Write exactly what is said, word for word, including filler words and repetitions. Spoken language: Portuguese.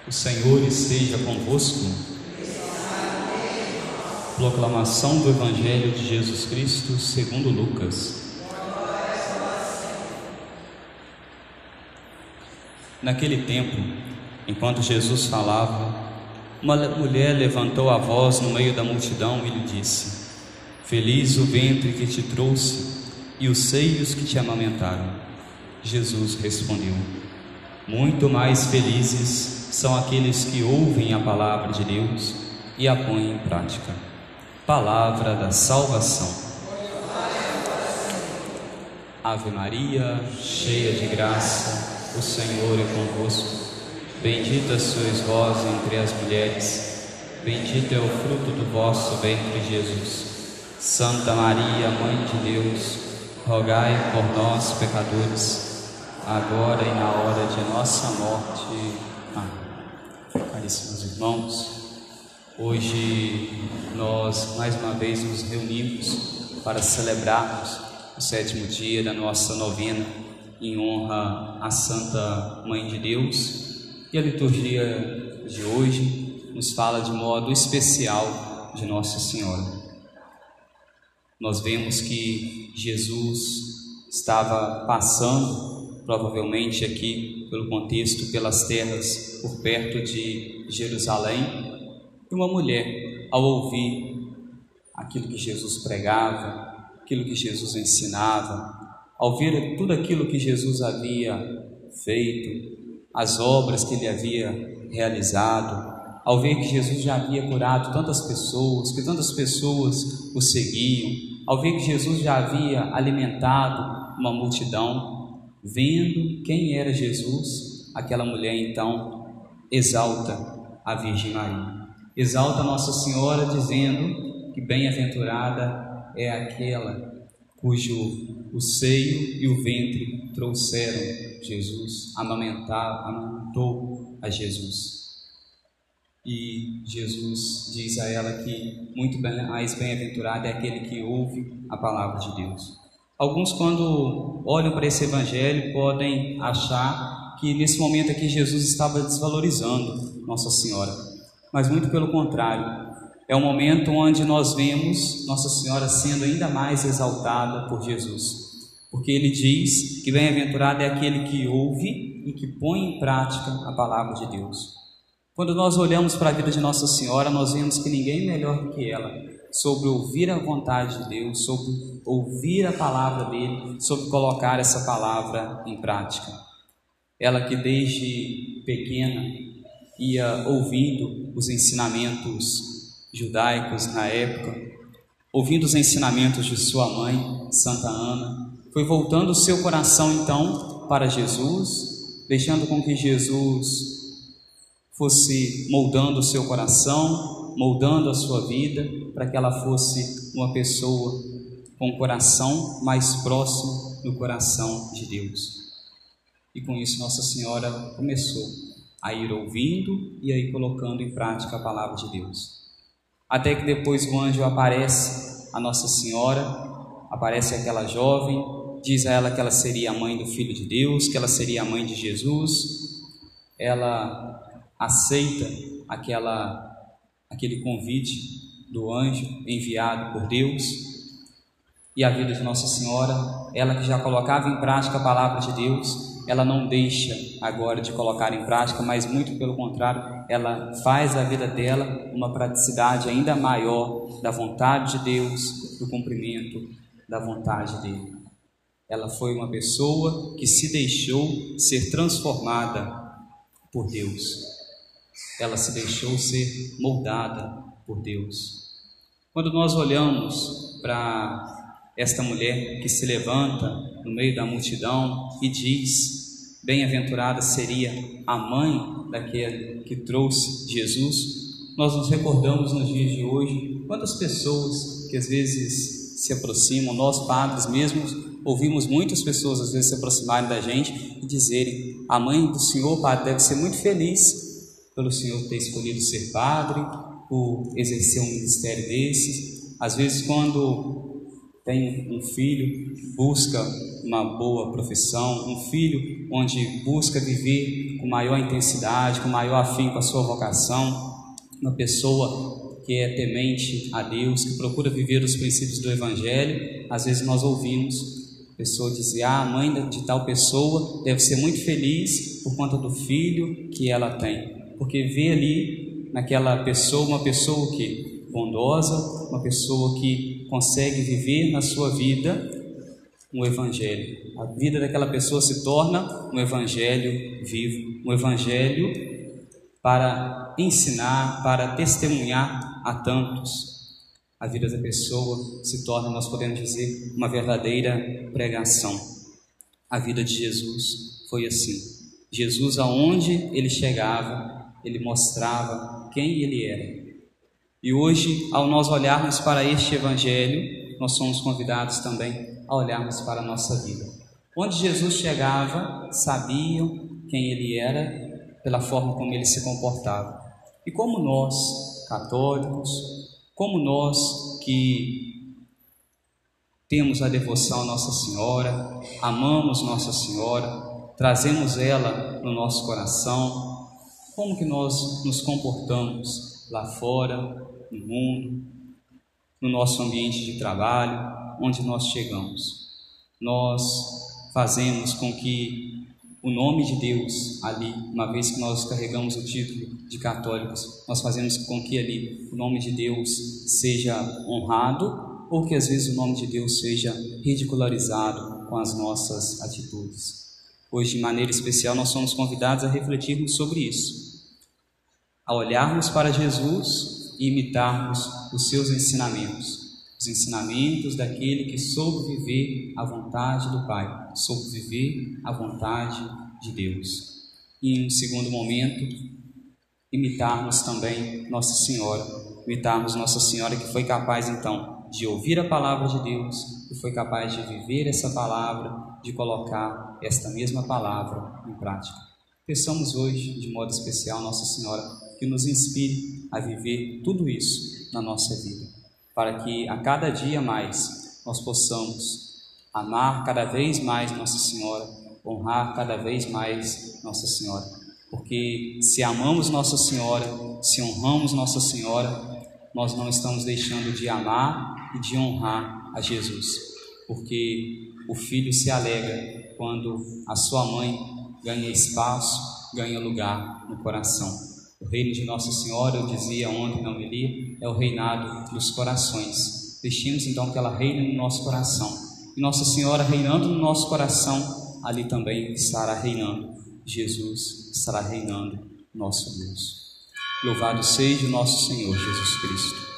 O Senhor esteja convosco. Proclamação do Evangelho de Jesus Cristo segundo Lucas. Naquele tempo, enquanto Jesus falava, uma mulher levantou a voz no meio da multidão e lhe disse: Feliz o ventre que te trouxe e os seios que te amamentaram. Jesus respondeu: Muito mais felizes são aqueles que ouvem a palavra de Deus e a põem em prática. Palavra da salvação. Ave Maria, cheia de graça, o Senhor é convosco. Bendita sois vós entre as mulheres, bendito é o fruto do vosso ventre, Jesus. Santa Maria, Mãe de Deus, rogai por nós, pecadores, agora e na hora de nossa morte. Amém. Caríssimos irmãos, hoje nós mais uma vez nos reunimos para celebrarmos o sétimo dia da nossa novena em honra à Santa Mãe de Deus, e a liturgia de hoje nos fala de modo especial de Nossa Senhora. Nós vemos que Jesus estava passando, provavelmente aqui pelo contexto, pelas terras por perto de Jerusalém, e uma mulher, ao ouvir aquilo que Jesus pregava, aquilo que Jesus ensinava, ao ver tudo aquilo que Jesus havia feito, as obras que ele havia realizado, ao ver que Jesus já havia curado tantas pessoas, que tantas pessoas o seguiam, ao ver que Jesus já havia alimentado uma multidão, vendo quem era Jesus, aquela mulher então exalta a Virgem Maria, exalta Nossa Senhora, dizendo que bem-aventurada é aquela cujo o seio e o ventre trouxeram Jesus, amamentar, amamentou a Jesus. E Jesus diz a ela que muito mais bem-aventurado é aquele que ouve a palavra de Deus. Alguns, quando olham para esse evangelho, podem achar que nesse momento aqui Jesus estava desvalorizando Nossa Senhora, mas muito pelo contrário. É um momento onde nós vemos Nossa Senhora sendo ainda mais exaltada por Jesus, porque ele diz que bem-aventurado é aquele que ouve e que põe em prática a palavra de Deus. Quando nós olhamos para a vida de Nossa Senhora, nós vemos que ninguém melhor do que ela sobre ouvir a vontade de Deus, sobre ouvir a palavra dele, sobre colocar essa palavra em prática. Ela que desde pequena ia ouvindo os ensinamentos judaicos na época, ouvindo os ensinamentos de sua mãe, Santa Ana, foi voltando o seu coração então para Jesus, deixando com que Jesus fosse moldando o seu coração, moldando a sua vida, para que ela fosse uma pessoa com o coração mais próximo do coração de Deus. E com isso Nossa Senhora começou a ir ouvindo e a ir colocando em prática a palavra de Deus. Até que depois o anjo aparece a Nossa Senhora, aparece aquela jovem, diz a ela que ela seria a mãe do Filho de Deus, que ela seria a mãe de Jesus. Ela aceita aquela, aquele convite do anjo enviado por Deus, e a vida de Nossa Senhora, ela que já colocava em prática a palavra de Deus, ela não deixa agora de colocar em prática, mas muito pelo contrário, ela faz a vida dela uma praticidade ainda maior da vontade de Deus, do cumprimento da vontade dele. Ela foi uma pessoa que se deixou ser transformada por Deus. Ela se deixou ser moldada por Deus. Quando nós olhamos para esta mulher que se levanta no meio da multidão e diz: bem-aventurada seria a mãe daquele que trouxe Jesus, nós nos recordamos nos dias de hoje quantas pessoas que às vezes se aproximam, nós padres mesmos ouvimos muitas pessoas às vezes se aproximarem da gente e dizerem: a mãe do Senhor, padre, deve ser muito feliz pelo Senhor ter escolhido ser padre, por exercer um ministério desses. Às vezes, quando tem um filho, busca uma boa profissão, um filho onde busca viver com maior intensidade, com maior afinco a sua vocação, uma pessoa que é temente a Deus, que procura viver os princípios do Evangelho. Às vezes nós ouvimos a pessoa dizer: ah, a mãe de tal pessoa deve ser muito feliz por conta do filho que ela tem, porque vê ali naquela pessoa uma pessoa que bondosa, uma pessoa que consegue viver na sua vida um Evangelho. A vida daquela pessoa se torna um Evangelho vivo, um Evangelho para ensinar, para testemunhar a tantos. A vida da pessoa se torna, nós podemos dizer, uma verdadeira pregação. A vida de Jesus foi assim. Jesus, aonde ele chegava, ele mostrava quem ele era. E hoje, ao nós olharmos para este Evangelho, nós somos convidados também a olharmos para a nossa vida. Onde Jesus chegava, sabiam quem ele era pela forma como ele se comportava. E como nós, católicos, como nós que temos a devoção a Nossa Senhora, amamos Nossa Senhora, trazemos ela no nosso coração, como que nós nos comportamos lá fora, no mundo, no nosso ambiente de trabalho, onde nós chegamos? Nós fazemos com que o nome de Deus ali, uma vez que nós carregamos o título de católicos, nós fazemos com que ali o nome de Deus seja honrado, ou que às vezes o nome de Deus seja ridicularizado com as nossas atitudes. Hoje, de maneira especial, nós somos convidados a refletirmos sobre isso, a olharmos para Jesus e imitarmos os seus ensinamentos, os ensinamentos daquele que soube viver a vontade do Pai, soube viver a vontade de Deus. E em um segundo momento, imitarmos também Nossa Senhora, imitarmos Nossa Senhora, que foi capaz então de ouvir a palavra de Deus e foi capaz de viver essa palavra, de colocar esta mesma palavra em prática. Peçamos hoje, de modo especial, Nossa Senhora, que nos inspire a viver tudo isso na nossa vida, para que a cada dia mais nós possamos amar cada vez mais Nossa Senhora, honrar cada vez mais Nossa Senhora, porque se amamos Nossa Senhora, se honramos Nossa Senhora, nós não estamos deixando de amar e de honrar a Jesus, porque o filho se alegra quando a sua mãe ganha espaço, ganha lugar no coração. O reino de Nossa Senhora, eu dizia ontem na homilia, é o reinado dos corações. Deixemos então que ela reine no nosso coração. E Nossa Senhora reinando no nosso coração, ali também estará reinando Jesus, estará reinando nosso Deus. Louvado seja o nosso Senhor Jesus Cristo.